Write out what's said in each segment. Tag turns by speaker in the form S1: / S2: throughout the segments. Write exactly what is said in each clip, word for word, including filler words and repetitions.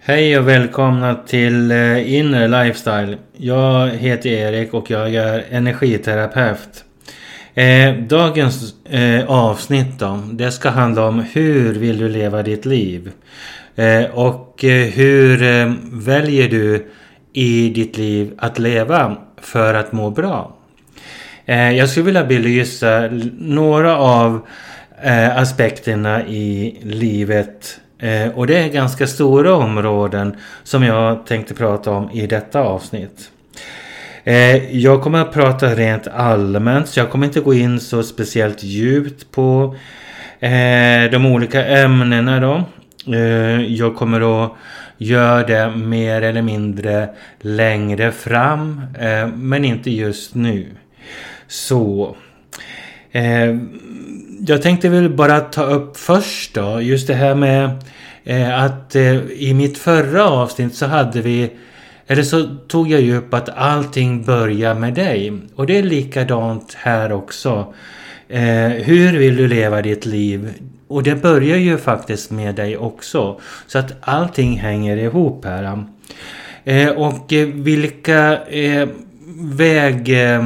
S1: Hej och välkomna till eh, Inner Lifestyle. Jag heter Erik och jag är energiterapeut. Eh, dagens eh, avsnitt då, det ska handla om hur vill du leva ditt liv? Eh, och eh, hur eh, väljer du i ditt liv att leva för att må bra? Eh, jag skulle vilja belysa några av eh, aspekterna i livet. Eh, och det är ganska stora områden som jag tänkte prata om i detta avsnitt. Eh, jag kommer att prata rent allmänt, så jag kommer inte gå in så speciellt djupt på eh, de olika ämnena då. Eh, jag kommer att göra det mer eller mindre längre fram, eh, men inte just nu. Så... Eh, jag tänkte väl bara ta upp först då, just det här med eh, att eh, i mitt förra avsnitt så hade vi, eller så tog jag ju upp att allting börjar med dig. Och det är likadant här också. Eh, hur vill du leva ditt liv? Och det börjar ju faktiskt med dig också. Så att allting hänger ihop här. Eh, och eh, vilka eh, väg... Eh,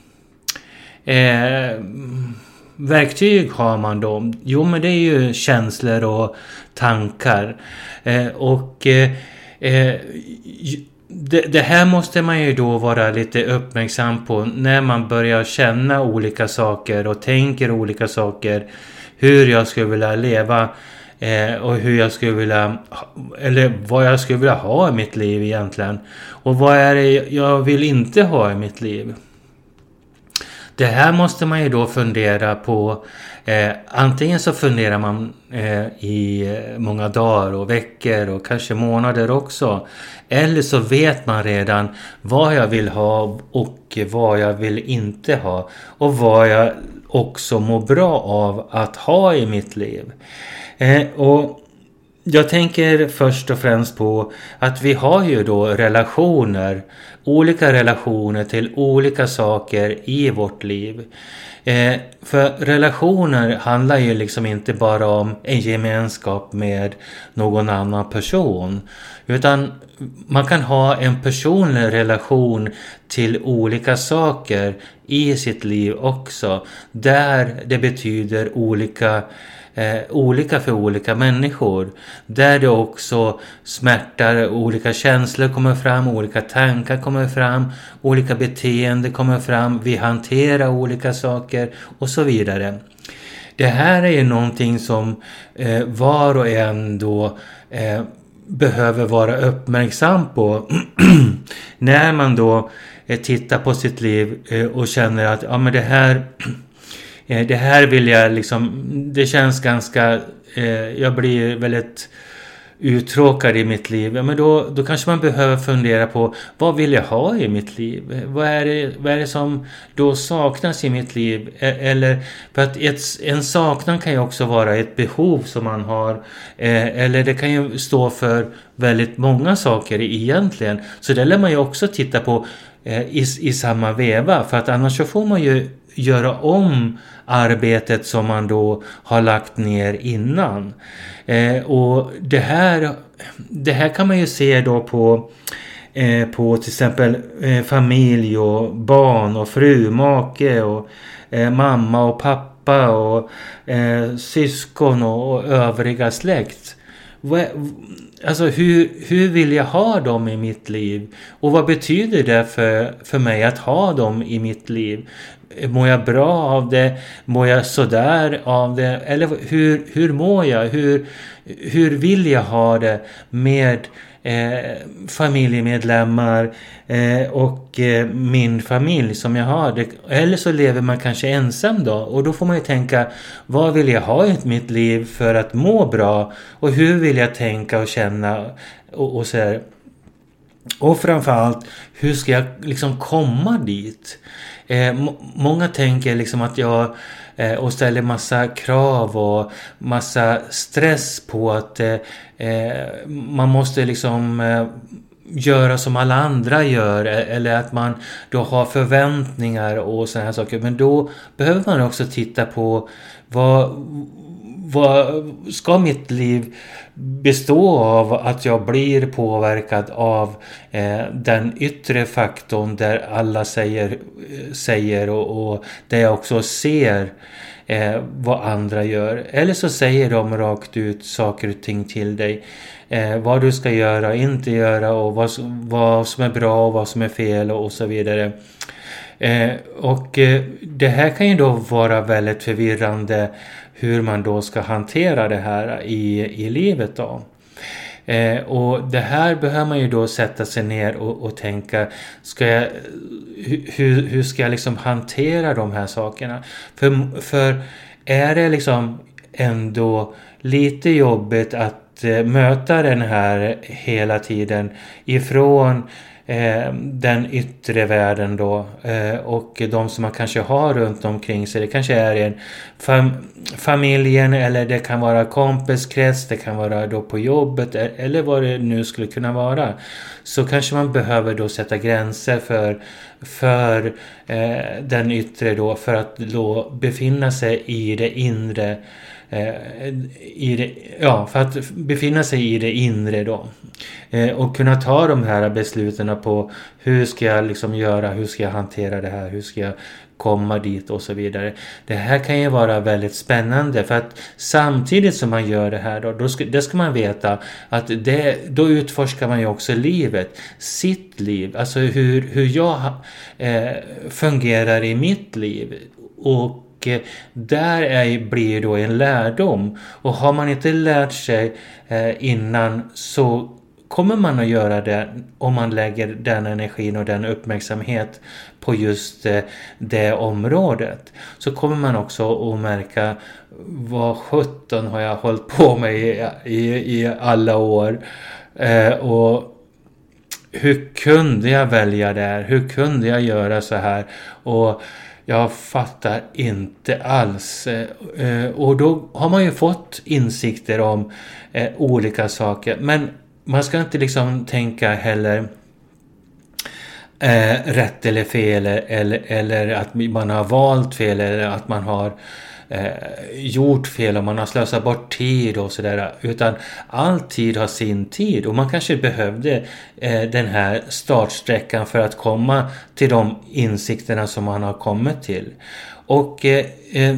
S1: eh, verktyg har man då? Jo, men det är ju känslor och tankar. Eh, och eh, det, det här måste man ju då vara lite uppmärksam på när man börjar känna olika saker och tänker olika saker. Hur jag skulle vilja leva eh, och hur jag skulle vilja, eller vad jag skulle vilja ha i mitt liv egentligen. Och vad är det jag vill inte ha i mitt liv? Det här måste man ju då fundera på. Eh, antingen så funderar man eh, i många dagar och veckor och kanske månader också. Eller så vet man redan vad jag vill ha och vad jag vill inte ha. Och vad jag också mår bra av att ha i mitt liv. Eh, och jag tänker först och främst på att vi har ju då relationer. Olika relationer till olika saker i vårt liv. Eh, för relationer handlar ju liksom inte bara om en gemenskap med någon annan person. Utan man kan ha en personlig relation till olika saker i sitt liv också. Där det betyder olika Eh, olika för olika människor. Där det också smärtar, olika känslor kommer fram, olika tankar kommer fram, olika beteende kommer fram, vi hanterar olika saker och så vidare. Det här är ju någonting som eh, var och en då eh, behöver vara uppmärksam på när man då eh, tittar på sitt liv eh, och känner att ja, men det här Det här vill jag liksom, det känns ganska, eh, jag blir väldigt uttråkad i mitt liv. Ja, men då, då kanske man behöver fundera på, vad vill jag ha i mitt liv? Vad är det, vad är det som då saknas i mitt liv? Eller, för att ett, en saknad kan ju också vara ett behov som man har. Eh, eller det kan ju stå för väldigt många saker egentligen. Så det lär man ju också titta på eh, i, i samma veva. För att annars så får man ju göra om arbetet som man då har lagt ner innan. Eh, och det här, det här kan man ju se då på, eh, på till exempel eh, familj och barn och fru, make och eh, mamma och pappa och eh, syskon och, och övriga släkt. Alltså hur, hur vill jag ha dem i mitt liv? Och vad betyder det för, för mig att ha dem i mitt liv? Mår jag bra av det? Mår jag sådär av det? Eller hur, hur mår jag? Hur, hur vill jag ha det med eh, familjemedlemmar eh, och eh, min familj som jag har? Det, eller så lever man kanske ensam då. Och då får man ju tänka, vad vill jag ha i mitt liv för att må bra? Och hur vill jag tänka och känna och, och så här. Och framförallt, hur ska jag liksom komma dit? Eh, må- många tänker liksom att jag eh, och ställer massa krav och massa stress på att eh, man måste liksom eh, göra som alla andra gör, eller att man då har förväntningar och såna här saker. Men då behöver man också titta på vad, vad ska mitt liv bestå av att jag blir påverkad av eh, den yttre faktorn där alla säger, säger och, och där jag också ser eh, vad andra gör. Eller så säger de rakt ut saker och ting till dig. Eh, vad du ska göra och inte göra och vad, vad som är bra och vad som är fel och, och så vidare. Eh, och eh, det här kan ju då vara väldigt förvirrande hur man då ska hantera det här i, i livet då. Eh, och det här behöver man ju då sätta sig ner och, och tänka, ska jag, hur, hur ska jag liksom hantera de här sakerna? För, för är det liksom ändå lite jobbigt att eh, möta den här hela tiden ifrån Eh, den yttre världen då eh, och de som man kanske har runt omkring sig. Det kanske är en fam- familjen eller det kan vara kompiskrets, det kan vara då på jobbet eller vad det nu skulle kunna vara. Så kanske man behöver då sätta gränser för, för eh, den yttre då för att då befinna sig i det inre. Eh, i det, ja, för att befinna sig i det inre då. Eh, och kunna ta de här besluten på hur ska jag liksom göra, hur ska jag hantera det här, hur ska jag komma dit och så vidare. Det här kan ju vara väldigt spännande för att samtidigt som man gör det här då, då ska, det ska man veta att det, då utforskar man ju också livet, sitt liv, alltså hur, hur jag eh, fungerar i mitt liv och Och där är, blir då en lärdom. Och har man inte lärt sig eh, innan så kommer man att göra det om man lägger den energin och den uppmärksamhet på just eh, det området. Så kommer man också att märka vad sjutton har jag hållit på med i, i, i alla år. Eh, och hur kunde jag välja det här? Hur kunde jag göra så här? Och jag fattar inte alls. Och då har man ju fått insikter om olika saker. Men man ska inte liksom tänka heller eh, rätt eller fel. Eller, eller att man har valt fel. Eller att man har eh, gjort fel. Och man har slösat bort tid och sådär. Utan all tid har sin tid. Och man kanske behövde eh, den här startsträckan för att komma till de insikterna som man har kommit till. Och eh, eh,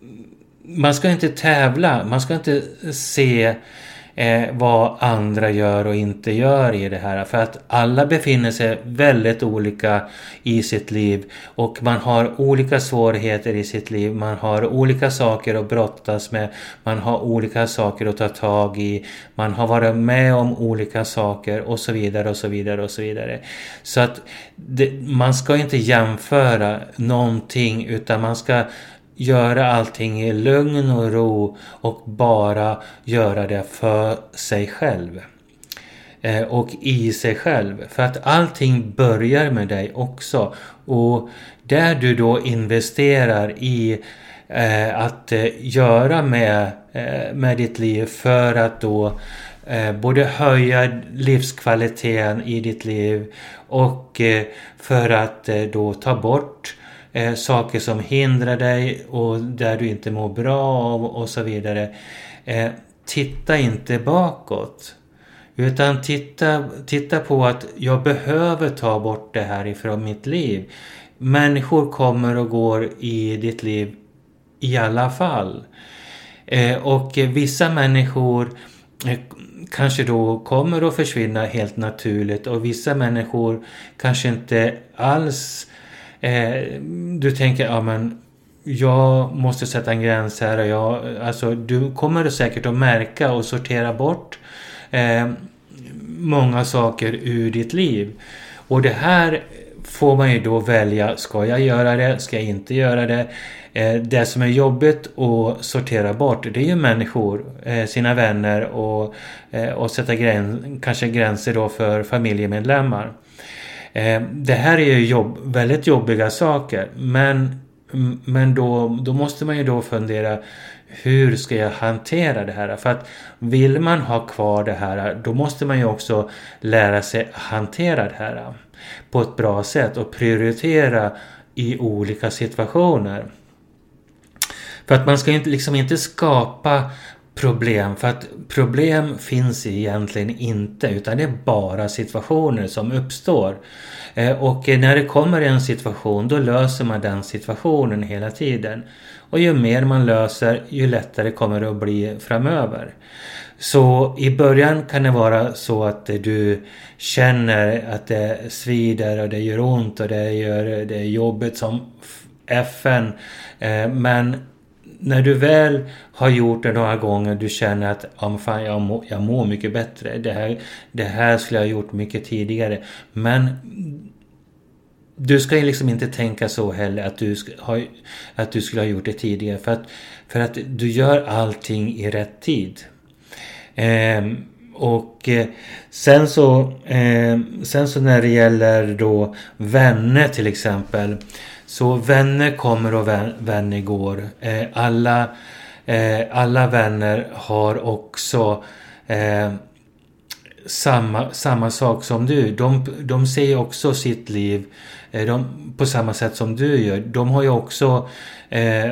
S1: man ska inte tävla. Man ska inte se eh, vad andra gör och inte gör i det här. För att alla befinner sig väldigt olika i sitt liv. Och man har olika svårigheter i sitt liv. Man har olika saker att brottas med. Man har olika saker att ta tag i. Man har varit med om olika saker och så vidare och så vidare och så vidare. Så att det, man ska inte jämföra någonting utan man ska göra allting i lugn och ro och bara göra det för sig själv eh, och i sig själv. För att allting börjar med dig också. Och där du då investerar i eh, att eh, göra med, eh, med ditt liv för att då eh, både höja livskvaliteten i ditt liv och eh, för att eh, då ta bort Eh, saker som hindrar dig och där du inte mår bra av och så vidare. Eh, titta inte bakåt. Utan titta, titta på att jag behöver ta bort det här ifrån mitt liv. Människor kommer och går i ditt liv i alla fall. Eh, och vissa människor eh, kanske då kommer att försvinna helt naturligt. Och vissa människor kanske inte alls Eh, du tänker, ja men jag måste sätta en gräns här och jag, alltså du kommer säkert att märka och sortera bort eh, många saker ur ditt liv. Och det här får man ju då välja, ska jag göra det, ska jag inte göra det? Eh, det som är jobbigt att sortera bort, det är ju människor, eh, sina vänner och, eh, och sätta gräns, kanske gränser då för familjemedlemmar. Det här är ju jobb, väldigt jobbiga saker, men, men då, då måste man ju då fundera, hur ska jag hantera det här? För att vill man ha kvar det här, då måste man ju också lära sig hantera det här på ett bra sätt och prioritera i olika situationer. För att man ska inte, liksom inte skapa problem, för att problem finns egentligen inte, utan det är bara situationer som uppstår. Eh, och när det kommer en situation, då löser man den situationen hela tiden. Och ju mer man löser, ju lättare kommer det att bli framöver. Så i början kan det vara så att du känner att det svider och det gör ont och det gör det jobbet som F N. Eh, men när du väl har gjort det några gånger, du känner att ja, fan, jag, må, jag mår mycket bättre. Det här, det här skulle jag ha gjort mycket tidigare. Men du ska ju liksom inte tänka så heller att du, ska ha, att du skulle ha gjort det tidigare. För att, för att du gör allting i rätt tid. Eh, och eh, sen så eh, sen så när det gäller då vänner till exempel, så vänner kommer och vän, vänner går. Eh, alla eh, alla vänner har också eh, samma samma sak som du. De de ser också sitt liv eh, de, på samma sätt som du gör. De har ju också eh,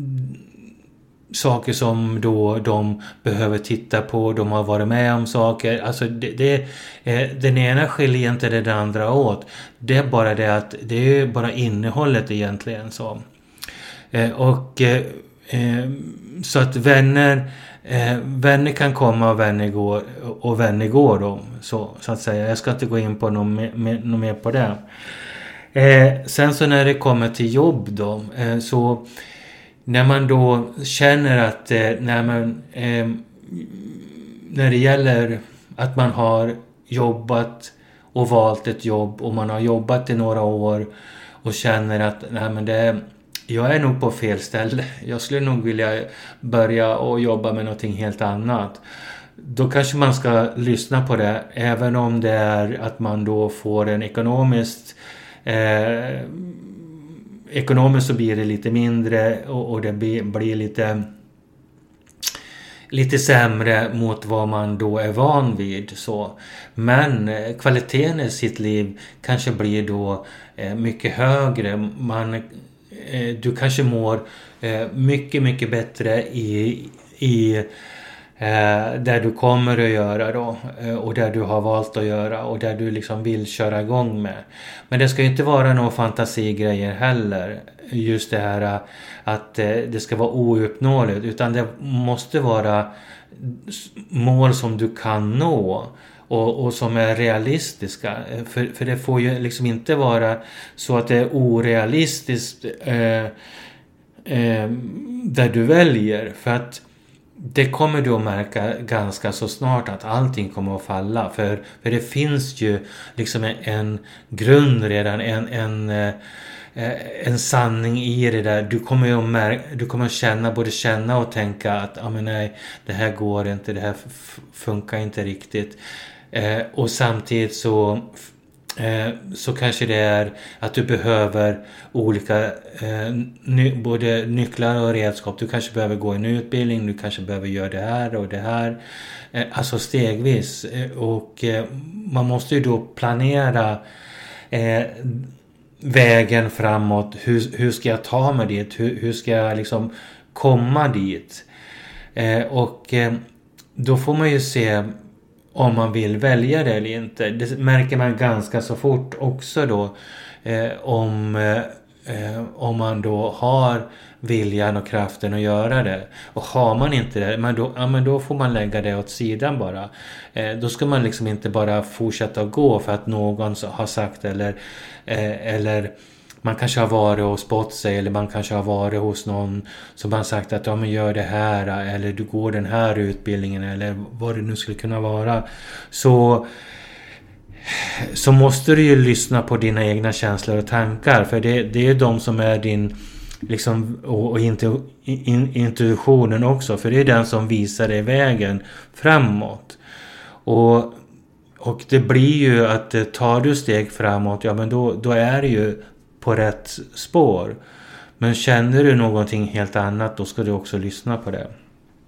S1: saker som då de behöver titta på, de har varit med om saker. Alltså det, det, eh, den ena skiljer inte den andra åt. Det är bara det att det är bara innehållet egentligen så. Eh, och eh, så att vänner eh, vänner kan komma och vänner går och vänner går då, så, så att säga. Jag ska inte gå in på något mer, något mer på det. Eh, sen så när det kommer till jobb då, eh, så när man då känner att eh, när, man, eh, när det gäller att man har jobbat och valt ett jobb och man har jobbat i några år och känner att nej, men det, jag är nog på fel ställe. Jag skulle nog vilja börja och jobba med någonting helt annat. Då kanske man ska lyssna på det, även om det är att man då får en ekonomiskt eh, Ekonomiskt så blir det lite mindre och, och det blir, blir lite lite sämre mot vad man då är van vid. Så. Men eh, kvaliteten i sitt liv kanske blir då eh, mycket högre. Man, eh, du kanske mår eh, mycket, mycket bättre i, i eh, där du kommer att göra då, eh, och där du har valt att göra och där du liksom vill köra igång med. Men det ska ju inte vara några fantasigrejer heller, just det här att eh, det ska vara ouppnåeligt, utan det måste vara mål som du kan nå och, och som är realistiska. För, för det får ju liksom inte vara så att det är orealistiskt eh, eh, där du väljer, för att det kommer du att märka ganska så snart att allting kommer att falla. För, för det finns ju liksom en, en grund redan, en, en, en sanning i det där. Du kommer ju att märka, du kommer att känna, både känna och tänka att ah, men nej, det här går inte, det här f- funkar inte riktigt. Eh, och samtidigt så Eh, så kanske det är att du behöver olika eh, ny, både nycklar och redskap. Du kanske behöver gå en utbildning, du kanske behöver göra det här och det här. Eh, alltså stegvis. Eh, och eh, man måste ju då planera eh, vägen framåt. Hur, hur ska jag ta mig dit? Hur, hur ska jag liksom komma dit? Eh, och eh, då får man ju se om man vill välja det eller inte. Det märker man ganska så fort också då. Eh, om, eh, om man då har viljan och kraften att göra det. Och har man inte det, men då, ja, men då får man lägga det åt sidan bara. Eh, då ska man liksom inte bara fortsätta att gå för att någon har sagt eller... Eh, eller man kanske har varit och spott sig, eller man kanske har varit hos någon som har sagt att ja, men gör det här, eller du går den här utbildningen, eller vad det nu skulle kunna vara. Så, så måste du ju lyssna på dina egna känslor och tankar, för det, det är de som är din liksom, och, och intu, in, intuitionen också, för det är den som visar dig vägen framåt. Och Och det blir ju att tar du steg framåt, ja men då, då är det ju på rätt spår. Men känner du någonting helt annat, då ska du också lyssna på det.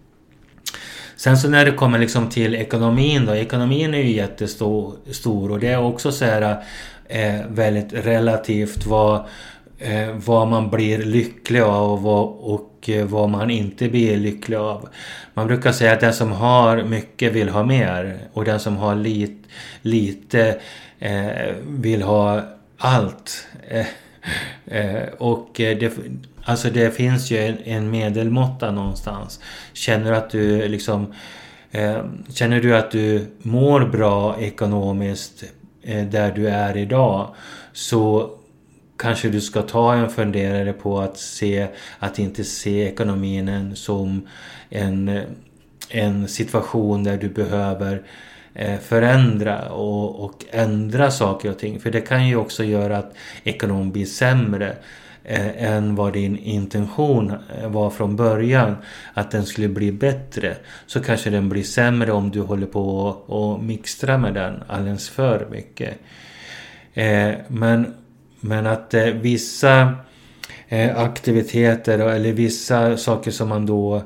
S1: Sen så när det kommer liksom till ekonomin då, ekonomin är ju jättestor stor, och det är också så här eh, väldigt relativt vad, eh, vad man blir lycklig av och vad, och eh, vad man inte blir lycklig av. Man brukar säga att den som har mycket vill ha mer och den som har lit, lite eh, vill ha allt. Eh, eh, och det, alltså det finns ju en, en medelmåtta någonstans. Känner du att du liksom eh, känner du att du mår bra ekonomiskt eh, där du är idag, så kanske du ska ta en funderare på att se att inte se ekonomin som en, en situation där du behöver förändra och, och ändra saker och ting. För det kan ju också göra att ekonomin blir sämre eh, än vad din intention var från början. Att den skulle bli bättre. Så kanske den blir sämre om du håller på och, och mixtra med den alldeles för mycket. Eh, men, men att eh, vissa eh, aktiviteter eller vissa saker som man då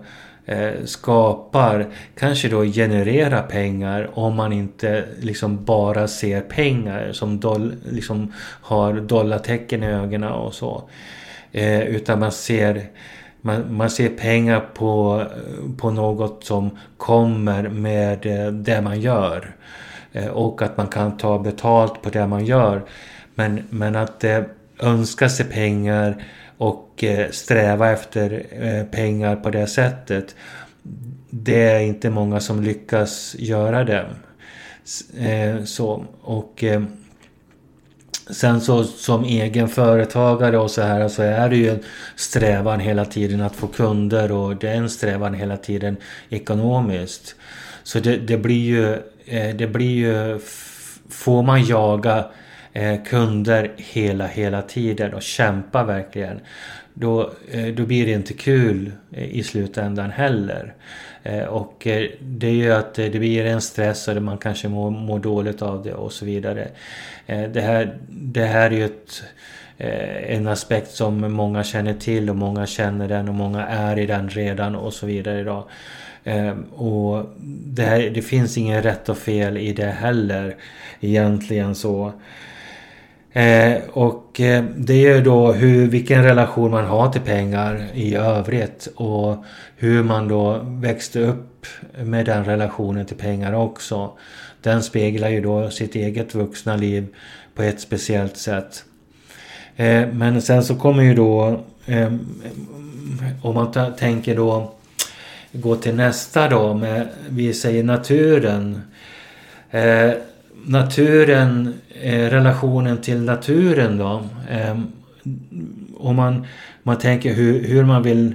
S1: skapar kanske då generera pengar om man inte liksom bara ser pengar som doll, liksom har dollartecken i ögonen och så, eh, utan man ser man, man ser pengar på, på något som kommer med det man gör, eh, och att man kan ta betalt på det man gör, men, men att eh, önska sig pengar och sträva efter pengar på det sättet, det är inte många som lyckas göra det. Så, och sen så som egen företagare och så här, så är det ju en strävan hela tiden att få kunder, och det är en strävan hela tiden ekonomiskt. Så det, det blir ju det blir ju får man jaga Eh, kunder hela hela tiden och kämpa verkligen, då, eh, då blir det inte kul eh, i slutändan heller, eh, och eh, det är ju att eh, det blir en stress och man kanske mår, mår dåligt av det och så vidare. eh, det, här, det här är ju ett, eh, en aspekt som många känner till, och många känner den och många är i den redan och så vidare idag. Eh, och det, här, det finns ingen rätt och fel i det heller egentligen så. Eh, och eh, det är ju då hur, vilken relation man har till pengar i övrigt, och hur man då växte upp med den relationen till pengar också. Den speglar ju då sitt eget vuxna liv på ett speciellt sätt. Eh, men sen så kommer ju då eh, om man t- tänker då gå till nästa då med, vi säger naturen. Eh, naturen, eh, relationen till naturen då. Eh, om man, man tänker hur, hur man vill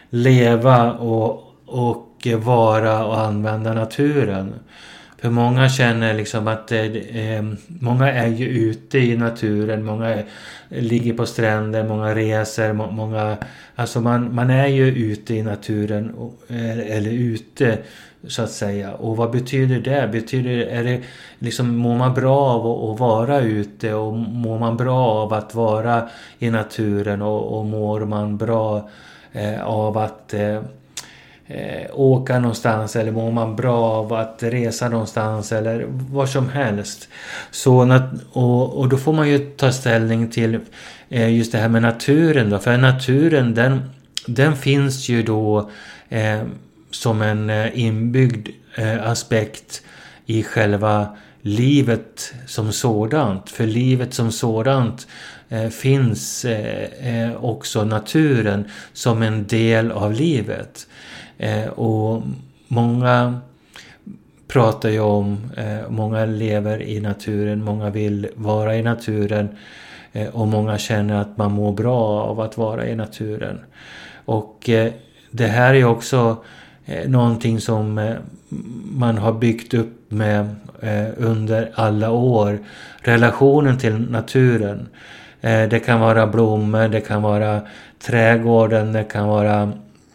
S1: leva och, och vara och använda naturen. För många känner liksom att eh, många är ju ute i naturen, många är, ligger på stränder, många reser, må, många, alltså man, man är ju ute i naturen och, eller ute så att säga. Och vad betyder det? Betyder, är det liksom, mår man bra av att, att vara ute, och mår man bra av att vara i naturen, och, och mår man bra eh, av att eh, Eh, åka någonstans, eller mår man bra av att resa någonstans eller vad som helst. Så nat- och, och då får man ju ta ställning till eh, just det här med naturen då. För naturen, den, den finns ju då eh, som en eh, inbyggd eh, aspekt i själva livet som sådant. För livet som sådant eh, finns eh, eh, också naturen som en del av livet. Eh, och många pratar ju om, eh, många lever i naturen, många vill vara i naturen, eh, och många känner att man mår bra av att vara i naturen. Och eh, det här är också eh, någonting som eh, man har byggt upp med eh, under alla år. Relationen till naturen. Eh, det kan vara blommor, det kan vara trädgården, det kan vara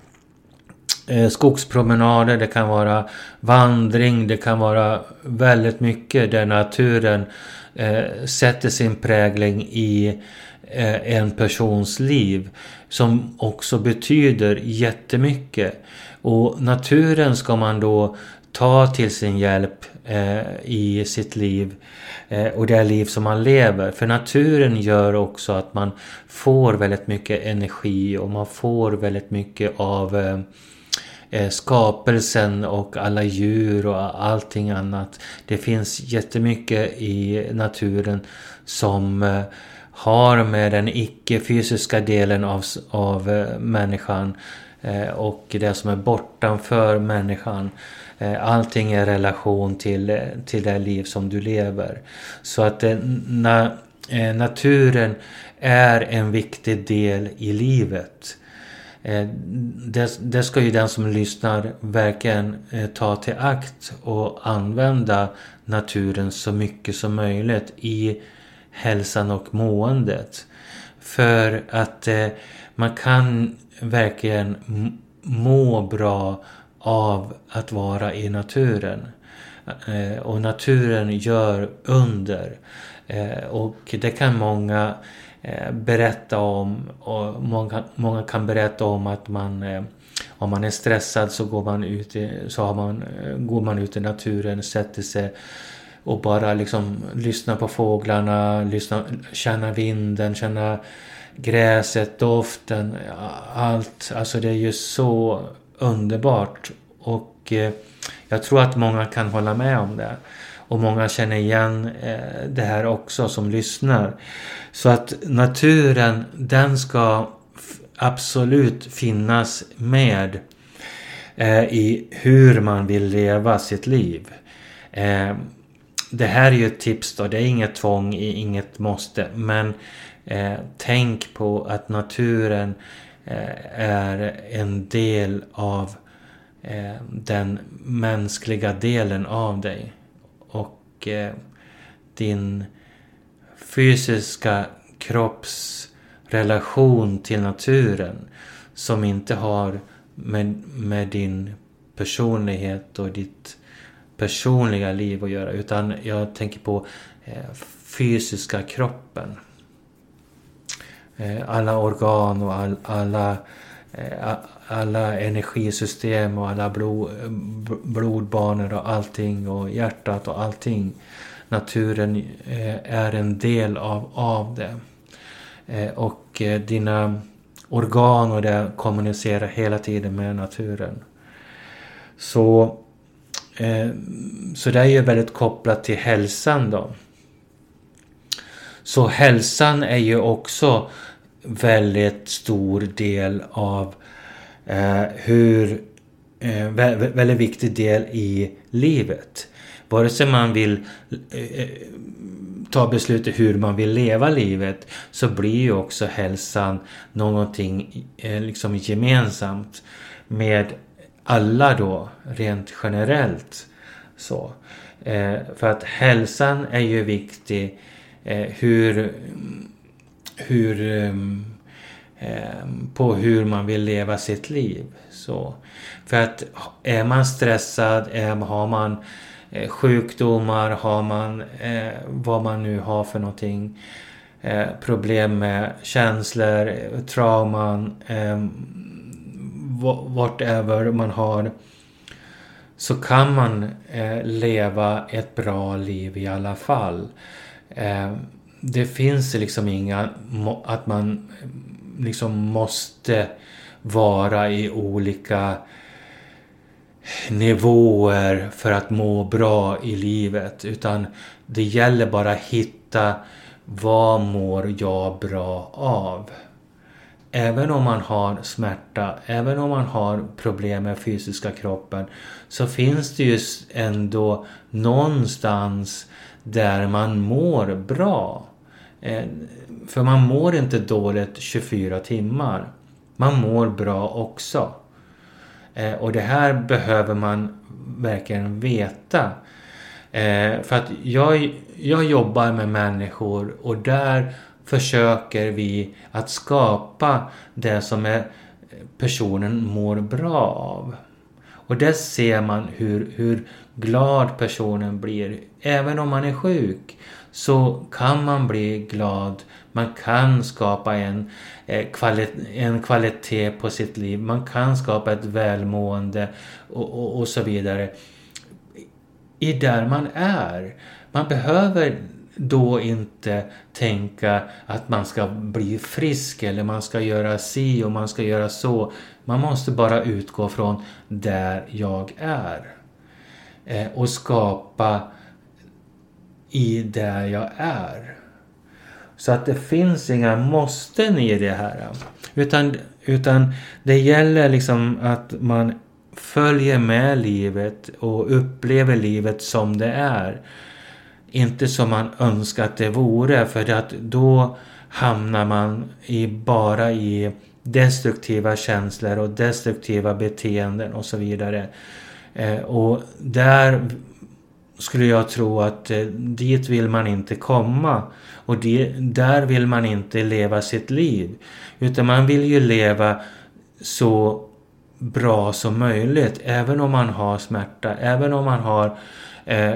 S1: skogspromenader, det kan vara vandring, det kan vara väldigt mycket där naturen eh, sätter sin prägling i eh, en persons liv, som också betyder jättemycket. Och naturen ska man då ta till sin hjälp eh, i sitt liv eh, och det liv som man lever. För naturen gör också att man får väldigt mycket energi och man får väldigt mycket av eh, eh, skapelsen och alla djur och allting annat. Det finns jättemycket i naturen som eh, har med den icke-fysiska delen av, av eh, människan eh, och det som är bortanför människan. Eh, allting är relation till, till det liv som du lever. Så att eh, na, eh, naturen är en viktig del i livet. Eh, det, det ska ju den som lyssnar verkligen eh, ta till akt och använda naturen så mycket som möjligt i hälsan och måendet. För att eh, man kan verkligen må bra av att vara i naturen. Eh, och naturen gör under. Eh, och det kan många eh, berätta om. Och många, många kan berätta om att man, eh, om man är stressad så går man ut i, så har man, eh, går man ut i naturen, sätter sig och bara liksom lyssna på fåglarna, lyssna, känna vinden, känna gräset, doften, allt. Alltså det är ju så underbart. Och eh, jag tror att många kan hålla med om det. Och många känner igen eh, det här också som lyssnar. Så att naturen, den ska f- absolut finnas med eh, i hur man vill leva sitt liv. Eh, Det här är ju ett tips då, det är inget tvång, inget måste, men eh, tänk på att naturen eh, är en del av eh, den mänskliga delen av dig. Och eh, din fysiska kroppsrelation till naturen som inte har med, med din personlighet och ditt personliga liv att göra, utan jag tänker på eh, fysiska kroppen. Eh, alla organ och all, alla, eh, alla energisystem och alla blod, blodbanor och allting och hjärtat och allting. Naturen eh, är en del av, av det. Eh, och eh, dina organ och det kommunicerar hela tiden med naturen. Så Så det är ju väldigt kopplat till hälsan då. Så hälsan är ju också väldigt stor del av eh, hur eh, vä- väldigt viktig del i livet. Vare sig man vill eh, ta beslut i hur man vill leva livet, så blir ju också hälsan någonting eh, liksom gemensamt med alla då, rent generellt. Så. Eh, för att hälsan är ju viktig. Eh, hur, hur, eh, på hur man vill leva sitt liv. Så. För att är man stressad, är, har man eh, sjukdomar, har man eh, vad man nu har för någonting. Eh, problem med känslor, trauman, eh, whatever man har, så kan man eh, leva ett bra liv i alla fall. Eh, det finns liksom inga må, att man liksom måste vara i olika nivåer för att må bra i livet, utan det gäller bara att hitta vad mår jag bra av. Även om man har smärta, även om man har problem med fysiska kroppen, så finns det ju ändå någonstans där man mår bra. För man mår inte dåligt tjugofyra timmar. Man mår bra också. Och det här behöver man verkligen veta. För att jag, jag jobbar med människor och där försöker vi att skapa det som är personen mår bra av. Och där ser man hur, hur glad personen blir. Även om man är sjuk så kan man bli glad. Man kan skapa en, eh, kvalitet, en kvalitet på sitt liv. Man kan skapa ett välmående och, och, och så vidare. i där man är. Man behöver då inte tänka att man ska bli frisk eller man ska göra si och man ska göra så. Man måste bara utgå från där jag är. Eh, och skapa i där jag är. Så att det finns inga måsten i det här. Utan, utan det gäller liksom att man följer med livet och upplever livet som det är. Inte som man önskar att det vore, för att då hamnar man i, bara i destruktiva känslor och destruktiva beteenden och så vidare. Eh, och där skulle jag tro att eh, dit vill man inte komma. Och det, där vill man inte leva sitt liv. Utan man vill ju leva så bra som möjligt. Även om man har smärta. Även om man har eh,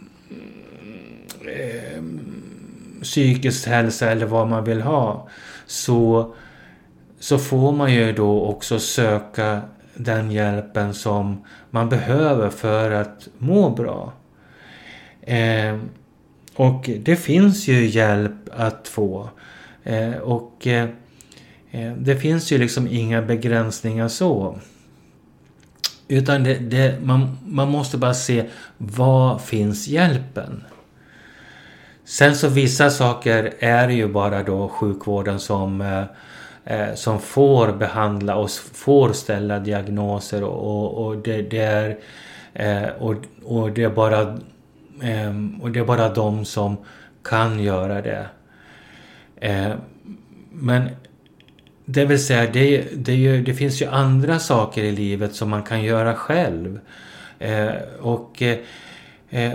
S1: eh, psykisk hälsa eller vad man vill ha. Så, så får man ju då också söka den hjälpen som man behöver för att må bra. Eh, och det finns ju hjälp att få. Eh, och eh, det finns ju liksom inga begränsningar så. Utan det, det, man, man måste bara se, vad finns hjälpen? Sen så vissa saker är ju bara då sjukvården som, eh, som får behandla och får ställa diagnoser. Och, och, det, det, är, eh, och, och, det är bara, eh, och det är bara de som kan göra det. Eh, men det vill säga, det, det, är ju, det finns ju andra saker i livet som man kan göra själv. Eh, och eh,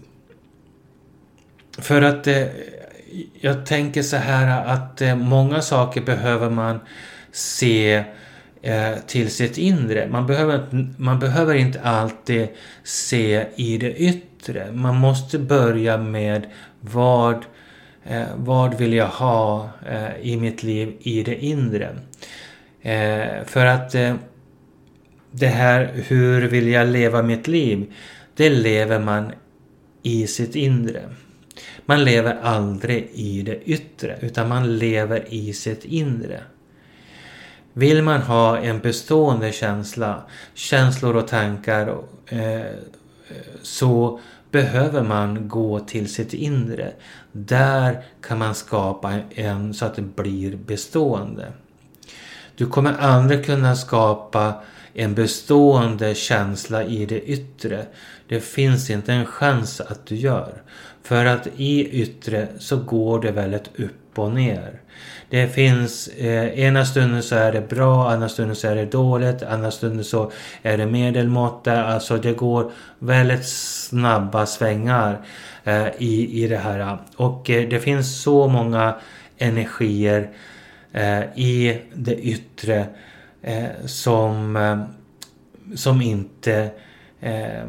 S1: för att eh, jag tänker så här att eh, många saker behöver man se eh, till sitt inre. Man behöver, man behöver inte alltid se i det yttre. Man måste börja med vad Eh, vad vill jag ha eh, i mitt liv i det inre? Eh, för att eh, det här, hur vill jag leva mitt liv? Det lever man i sitt inre. Man lever aldrig i det yttre, utan man lever i sitt inre. Vill man ha en bestående känsla, känslor och tankar, eh, så behöver man gå till sitt inre. Där kan man skapa en så att det blir bestående. Du kommer aldrig kunna skapa en bestående känsla i det yttre. Det finns inte en chans att du gör. För att i yttre så går det väldigt upp och ner. Det finns, eh, ena stunden så är det bra, andra stunden så är det dåligt, andra stunden så är det medelmåtta. Alltså det går väldigt snabba svängar eh, i, i det här. Och eh, det finns så många energier eh, i det yttre eh, som, eh, som inte eh,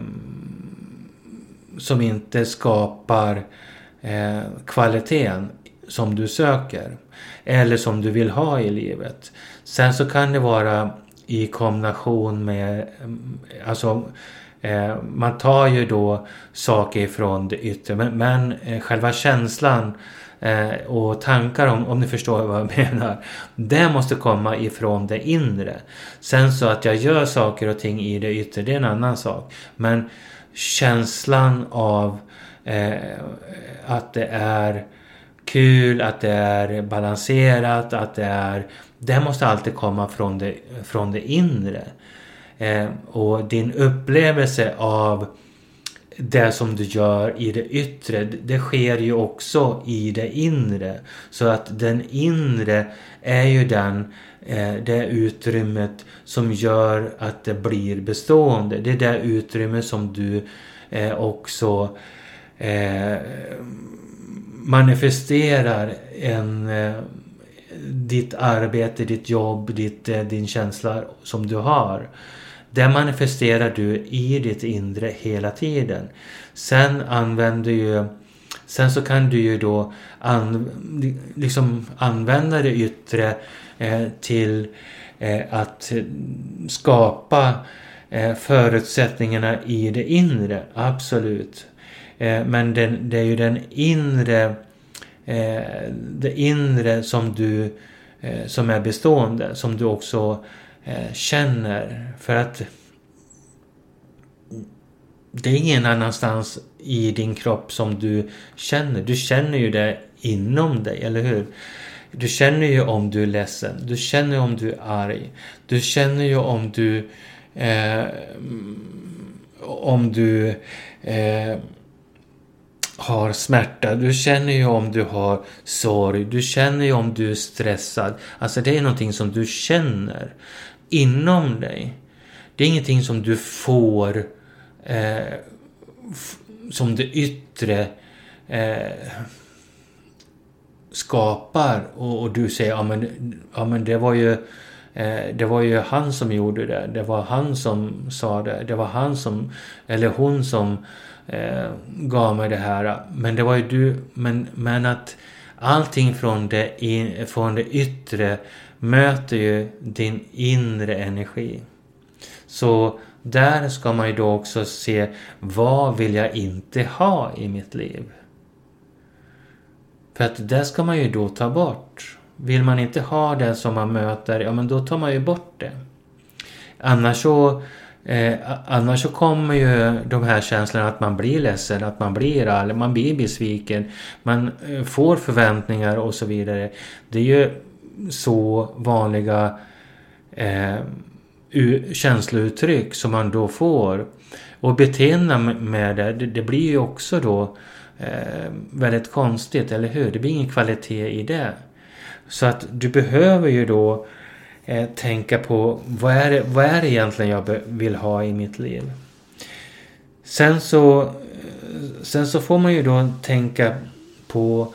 S1: som inte skapar eh, kvaliteten som du söker eller som du vill ha i livet. Sen så kan det vara i kombination med, alltså eh, man tar ju då saker ifrån det yttre, men, men eh, själva känslan eh, och tankar, om, om ni förstår vad jag menar, det måste komma ifrån det inre. Sen så att jag gör saker och ting i det yttre, det är en annan sak. Men känslan av eh, att det är kul, att det är balanserat, att det är, det måste alltid komma från det, från det inre. Eh, och din upplevelse av det som du gör i det yttre, det sker ju också i det inre. Så att den inre är ju den, eh, det utrymmet som gör att det blir bestående. Det är det utrymme som du eh, också eh, manifesterar en, eh, ditt arbete, ditt jobb, ditt, eh, din känsla som du har. Det manifesterar du i ditt inre hela tiden. Sen använder ju, sen så kan du ju då an, liksom använda det yttre eh, till eh, att skapa eh, förutsättningarna i det inre, absolut. Eh, men den, det är ju den inre, eh, det inre som du, eh, som är bestående, som du också eh, känner. För att det är ingen annanstans i din kropp som du känner. Du känner ju det inom dig, eller hur? Du känner ju om du är ledsen. Du känner om du är arg. Du känner ju om du eh, om du eh, har smärta. Du känner ju om du har sorg. Du känner ju om du är stressad. Alltså det är någonting som du känner inom dig. Det är ingenting som du får eh, f- som det yttre eh, skapar, och, och du säger ja men, ja men det var ju eh, det var ju han som gjorde det, det var han som sa det, det var han som eller hon som eh, gav mig det här, men det var ju du, men, men att allting från det, in, från det yttre möter ju din inre energi. Så där ska man ju då också se, vad vill jag inte ha i mitt liv? För att det ska man ju då ta bort. Vill man inte ha det som man möter, ja men då tar man ju bort det. Annars så, eh, annars så kommer ju de här känslorna att man blir ledsen, att man blir arg, man blir besviken, man eh, får förväntningar och så vidare. Det är ju så vanliga eh, u- känslouttryck som man då får. Och beteende med det, det, det blir ju också då Eh, väldigt konstigt, eller hur? Det blir ingen kvalitet i det. Så att du behöver ju då eh, tänka på vad är, det, vad är det egentligen jag be- vill ha i mitt liv. Sen så, sen så får man ju då tänka på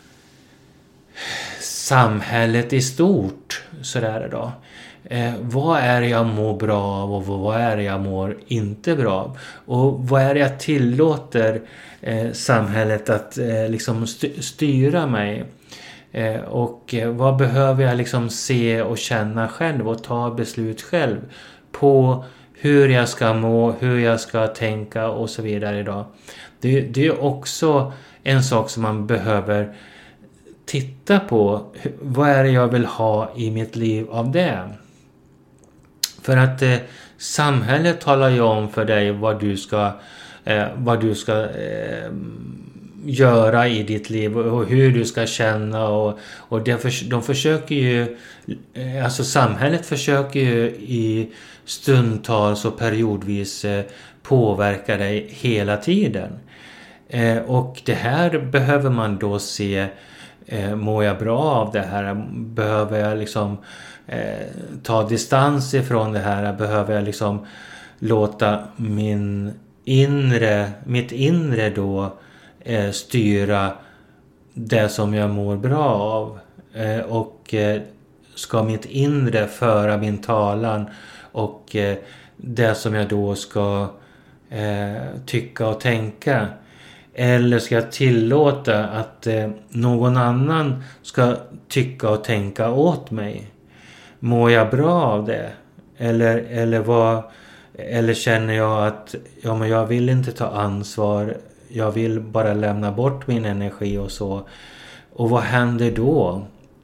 S1: samhället i stort sådär då. Eh, vad är det jag mår bra av och vad är det jag mår inte bra av? Och vad är det jag tillåter eh, samhället att eh, liksom st- styra mig? Eh, och eh, vad behöver jag liksom se och känna själv och ta beslut själv på hur jag ska må, hur jag ska tänka och så vidare idag. Det, det är också en sak som man behöver titta på. Vad är det jag vill ha i mitt liv av det? För att eh, samhället talar ju om för dig vad du ska, eh, vad du ska eh, göra i ditt liv och hur du ska känna. Och, och det för, de försöker ju, eh, alltså samhället försöker ju i stundtals och periodvis eh, påverka dig hela tiden. Eh, och det här behöver man då se, eh, mår jag bra av det här? Behöver jag liksom Eh, ta distans ifrån det här? Behöver jag liksom låta min inre, mitt inre då eh, styra det som jag mår bra av? Eh, och eh, ska mitt inre föra min talan och eh, det som jag då ska eh, tycka och tänka? Eller ska jag tillåta att eh, någon annan ska tycka och tänka åt mig? Mår jag bra av det? Eller, eller, vad, eller känner jag att ja, men jag vill inte ta ansvar. Jag vill bara lämna bort min energi och så. Och vad händer då?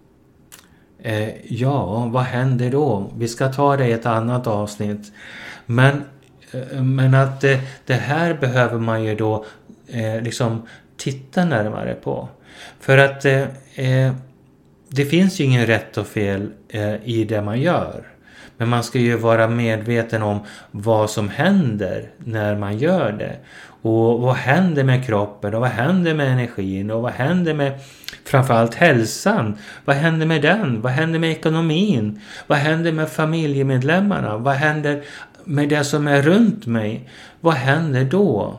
S1: Eh, ja, vad händer då? Vi ska ta det i ett annat avsnitt. Men, eh, men att eh, det här behöver man ju då eh, liksom titta närmare på. För att eh, eh, det finns ju ingen rätt och fel eh, i det man gör. Men man ska ju vara medveten om vad som händer när man gör det. Och vad händer med kroppen och vad händer med energin och vad händer med framförallt hälsan. Vad händer med den? Vad händer med ekonomin? Vad händer med familjemedlemmarna? Vad händer med det som är runt mig? Vad händer då?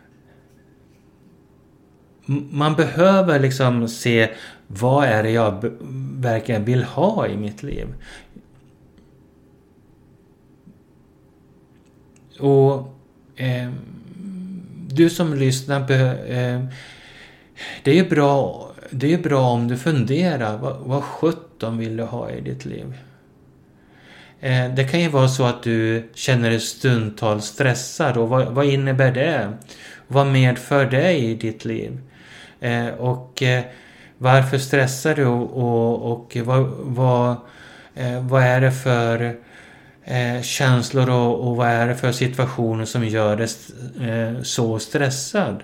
S1: Man behöver liksom se, vad är det jag b- verkligen vill ha i mitt liv? Och eh, du som lyssnar, be- eh, det är ju bra, det är bra om du funderar, vad, vad sjutton vill du ha i ditt liv? Eh, det kan ju vara så att du känner dig stundtals stressad. Och vad, vad innebär det? Vad medför det i ditt liv? Eh, och eh, varför stressar du? Och, och, och vad, vad, eh, vad är det för eh, känslor och, och vad är det för situationer som gör dig eh, så stressad?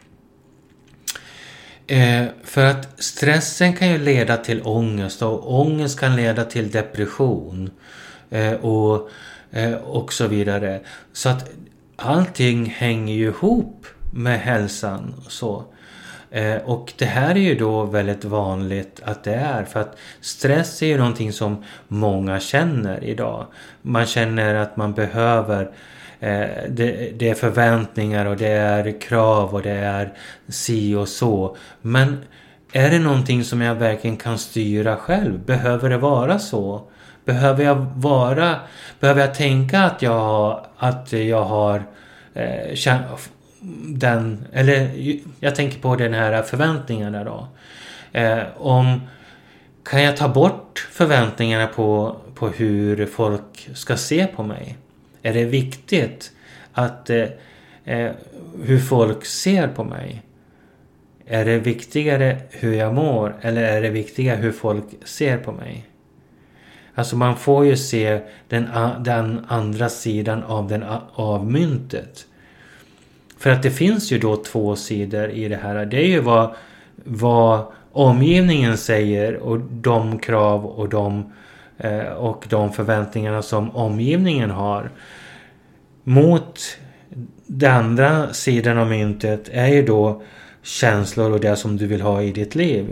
S1: Eh, för att stressen kan ju leda till ångest, och ångest kan leda till depression eh, och, eh, och så vidare. Så att allting hänger ju ihop med hälsan och så. Eh, och det här är ju då väldigt vanligt att det är, för att stress är ju någonting som många känner idag. Man känner att man behöver Eh, det, det är förväntningar och det är krav och det är si och så. Men är det någonting som jag verkligen kan styra själv? Behöver det vara så? Behöver jag vara, behöver jag tänka att jag har, att jag har eh, den, eller jag tänker på den här förväntningarna då. Eh, om kan jag ta bort förväntningarna på, på hur folk ska se på mig? Är det viktigt att eh, hur folk ser på mig? Är det viktigare hur jag mår, eller är det viktigare hur folk ser på mig? Alltså man får ju se den, den andra sidan av, den, av myntet. För att det finns ju då två sidor i det här. Det är ju vad, vad omgivningen säger och de krav och de och de förväntningarna som omgivningen har. Mot den andra sidan av myntet är ju då känslor och det som du vill ha i ditt liv.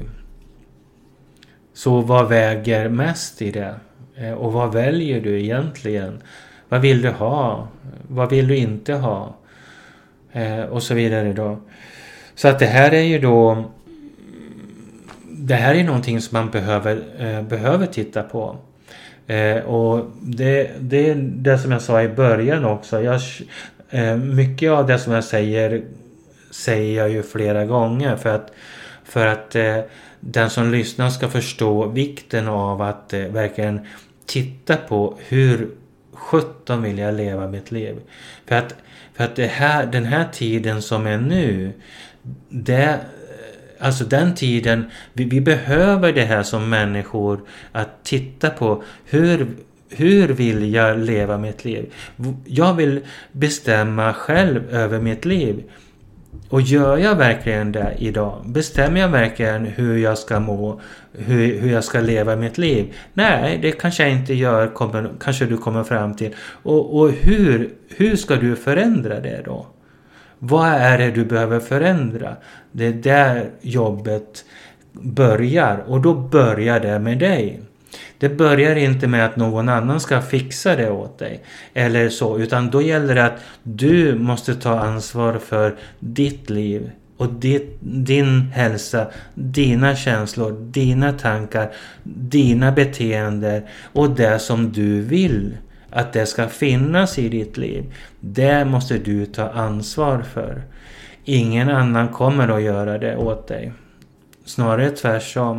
S1: Så vad väger mest i det? Och vad väljer du egentligen? Vad vill du ha? Vad vill du inte ha? Och så vidare då. Så att det här är ju då det här är någonting som man behöver, behöver titta på. Eh, och det, det är det som jag sa i början också. Jag, eh, mycket av det som jag säger säger jag ju flera gånger för att, för att eh, den som lyssnar ska förstå vikten av att eh, verkligen titta på hur sjutton vill jag leva mitt liv. För att, för att det här, den här tiden som är nu, det Alltså den tiden, vi, vi behöver det här som människor, att titta på hur, hur vill jag leva mitt liv. Jag vill bestämma själv över mitt liv. Och gör jag verkligen det idag? Bestämmer jag verkligen hur jag ska må, hur, hur jag ska leva mitt liv? Nej, det kanske jag inte gör, kommer, kanske du kommer fram till. Och, och hur, hur ska du förändra det då? Vad är det du behöver förändra? Det är där jobbet börjar. Och då börjar det med dig. Det börjar inte med att någon annan ska fixa det åt dig. Eller så. Utan då gäller det att du måste ta ansvar för ditt liv. Och ditt, din hälsa, dina känslor, dina tankar, dina beteenden. Och det som du vill att det ska finnas i ditt liv. Det måste du ta ansvar för. Ingen annan kommer att göra det åt dig. Snarare tvärtom.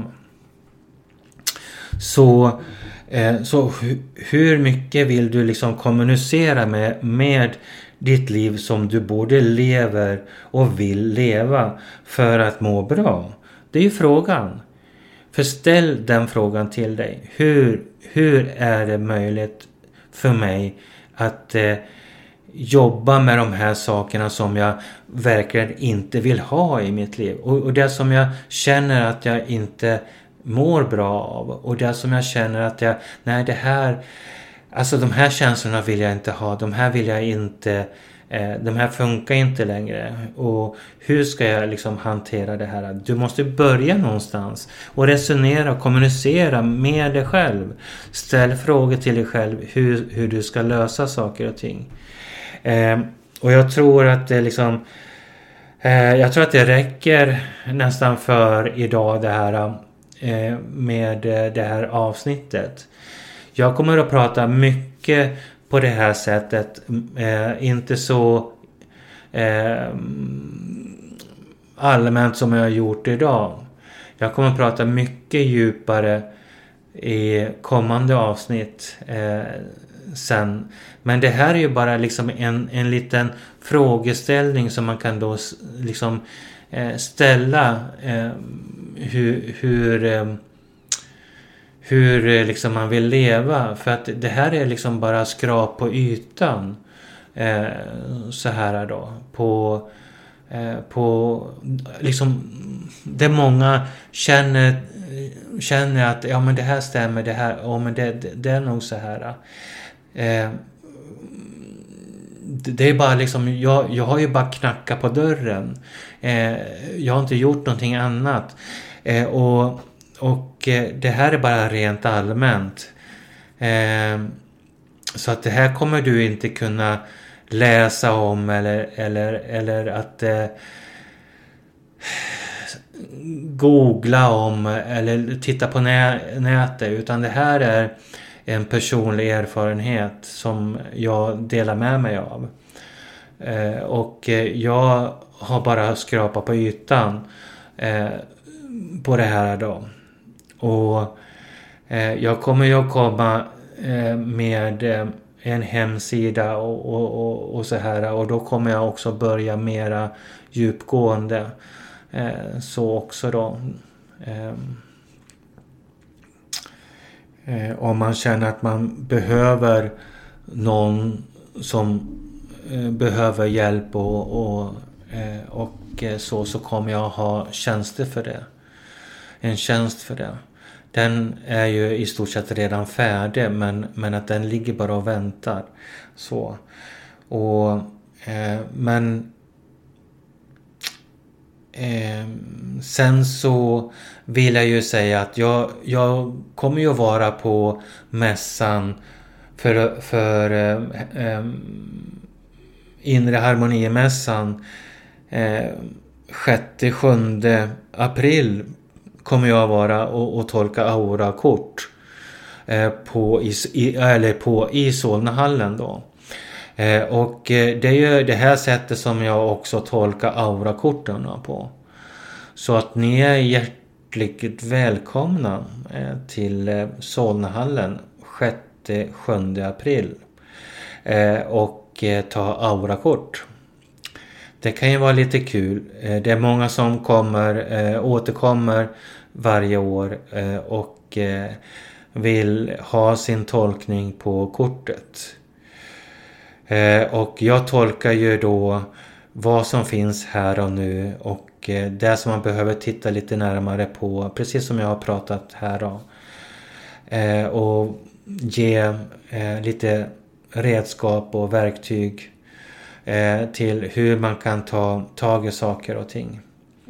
S1: Så, eh, så hu- hur mycket vill du liksom kommunicera med, med ditt liv som du både lever och vill leva för att må bra? Det är ju frågan. För ställ den frågan till dig. Hur, hur är det möjligt för mig att eh, jobba med de här sakerna som jag verkligen inte vill ha i mitt liv. Och, och det som jag känner att jag inte mår bra av. Och det som jag känner att jag, nej det här, alltså de här känslorna vill jag inte ha. De här vill jag inte, eh, de här funkar inte längre. Och hur ska jag liksom hantera det här? Du måste börja någonstans och resonera och kommunicera med dig själv. Ställ frågor till dig själv hur, hur du ska lösa saker och ting. Eh, och jag tror att det liksom eh, jag tror att det räcker nästan för idag det här eh, med det här avsnittet. Jag kommer att prata mycket på det här sättet, eh, inte så eh, allmänt som jag har gjort idag. Jag kommer att prata mycket djupare i kommande avsnitt eh, sen. Men det här är ju bara liksom en, en liten frågeställning som man kan då liksom eh, ställa eh, hur, hur, eh, hur eh, liksom man vill leva. För att det här är liksom bara skrap på ytan. Eh, så här då. På, eh, på liksom det många känner, känner att ja men det här stämmer, det här, ja men det, det, det är nog så här. Eh, det är bara liksom, jag, jag har ju bara knackat på dörren. Eh, jag har inte gjort någonting annat. Eh, och och eh, det här är bara rent allmänt. Eh, så att det här kommer du inte kunna läsa om eller, eller, eller att eh, googla om eller titta på nä- nätet, utan det här är en personlig erfarenhet som jag delar med mig av. Eh, och jag har bara skrapat på ytan eh, på det här då. Och eh, jag kommer ju att komma eh, med eh, en hemsida och, och, och, och så här, och då kommer jag också börja mera djupgående eh, så också då. Eh, eh, om man känner att man behöver någon som eh, behöver hjälp och, och, eh, och så, så kommer jag ha tjänster för det. En tjänst för det. Den är ju i stort sett redan färdig, men, men att den ligger bara och väntar. Så. Och, eh, men eh, sen så vill jag ju säga att jag, jag kommer ju att vara på mässan för, för eh, eh, Inre Harmonimässan eh, sjätte sjunde april kommer jag vara och, och tolka aura-kort eh, på, i, eller på i Solnahallen då. Eh, och eh, det är ju det här sättet som jag också tolkar aura-korten på. Så att ni är hjärtligt välkomna eh, till eh, Solnahallen sjätte sjunde april eh, och eh, ta aura-kort. Det kan ju vara lite kul. Eh, det är många som kommer, eh, återkommer varje år eh, och eh, vill ha sin tolkning på kortet. Eh, och jag tolkar ju då vad som finns här och nu och eh, det som man behöver titta lite närmare på, precis som jag har pratat här då. Eh, och ge eh, lite redskap och verktyg eh, till hur man kan ta tag i saker och ting.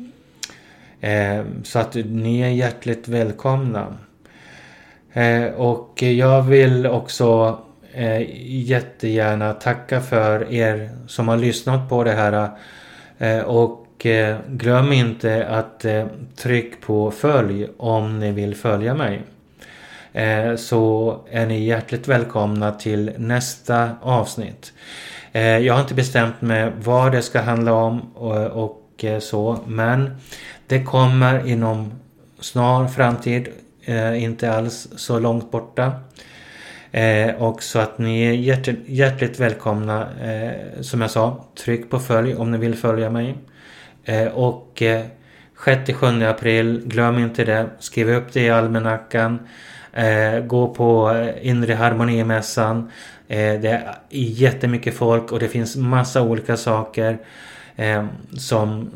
S1: Eh, så att ni är hjärtligt välkomna. Eh, och jag vill också eh, jättegärna tacka för er som har lyssnat på det här. Eh, och eh, glöm inte att eh, tryck på följ om ni vill följa mig. Eh, så är ni hjärtligt välkomna till nästa avsnitt. Eh, jag har inte bestämt mig vad det ska handla om och, och eh, så, men det kommer inom snar framtid, eh, inte alls så långt borta. Eh, och så att ni är hjärt, hjärtligt välkomna, eh, som jag sa, tryck på följ om ni vill följa mig. Eh, och eh, sjätte sjunde april, glöm inte det, skriv upp det i almanackan. Eh, gå på Inre Harmonimässan. Eh, det är jättemycket folk och det finns massa olika saker eh, som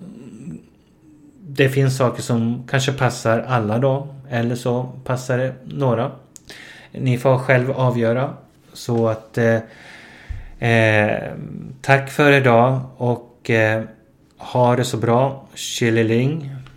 S1: det finns saker som kanske passar alla då, eller så passar det några. Ni får själv avgöra. Så att eh, eh, tack för idag och eh, ha det så bra. Chililing.